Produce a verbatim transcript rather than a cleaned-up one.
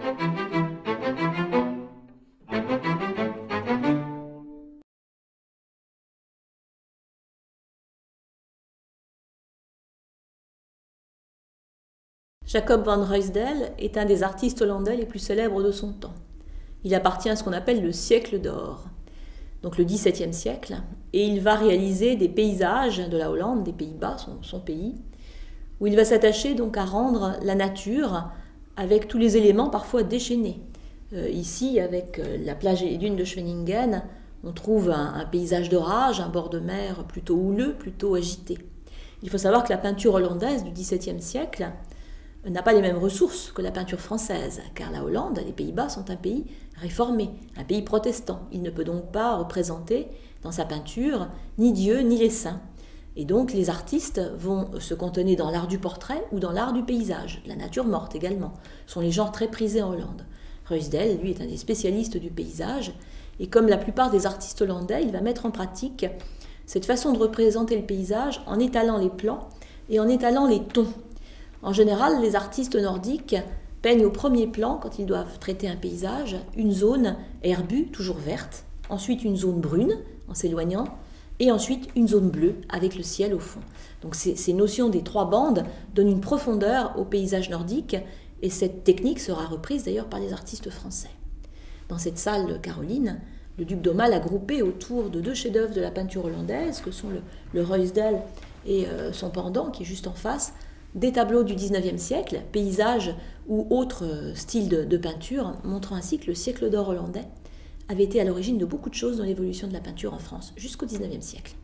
Jacob van Ruysdael est un des artistes hollandais les plus célèbres de son temps. Il appartient à ce qu'on appelle le siècle d'or, donc le dix-septième siècle, et il va réaliser des paysages de la Hollande, des Pays-Bas, son, son pays, où il va s'attacher donc à rendre la nature avec tous les éléments parfois déchaînés. Euh, ici, avec la plage et les dunes de Schweningen, on trouve un, un paysage d'orage, un bord de mer plutôt houleux, plutôt agité. Il faut savoir que la peinture hollandaise du dix-septième siècle n'a pas les mêmes ressources que la peinture française, car la Hollande, les Pays-Bas sont un pays réformé, un pays protestant. Il ne peut donc pas représenter dans sa peinture ni Dieu ni les saints. Et donc les artistes vont se cantonner dans l'art du portrait ou dans l'art du paysage, la nature morte également. Ce sont les genres très prisés en Hollande. Ruysdael, lui, est un des spécialistes du paysage, et comme la plupart des artistes hollandais, il va mettre en pratique cette façon de représenter le paysage en étalant les plans et en étalant les tons. En général, les artistes nordiques peignent au premier plan, quand ils doivent traiter un paysage, une zone herbue, toujours verte, ensuite une zone brune, en s'éloignant, et ensuite une zone bleue, avec le ciel au fond. Donc ces, ces notions des trois bandes donnent une profondeur au paysage nordique, et cette technique sera reprise d'ailleurs par les artistes français. Dans cette salle Caroline, le duc d'Aumale a groupé autour de deux chefs-d'œuvre de la peinture hollandaise, que sont le, le Ruysdael et euh, son pendant, qui est juste en face, des tableaux du dix-neuvième siècle, paysages ou autres styles de, de peinture, montrant ainsi que le siècle d'or hollandais avait été à l'origine de beaucoup de choses dans l'évolution de la peinture en France jusqu'au dix-neuvième siècle.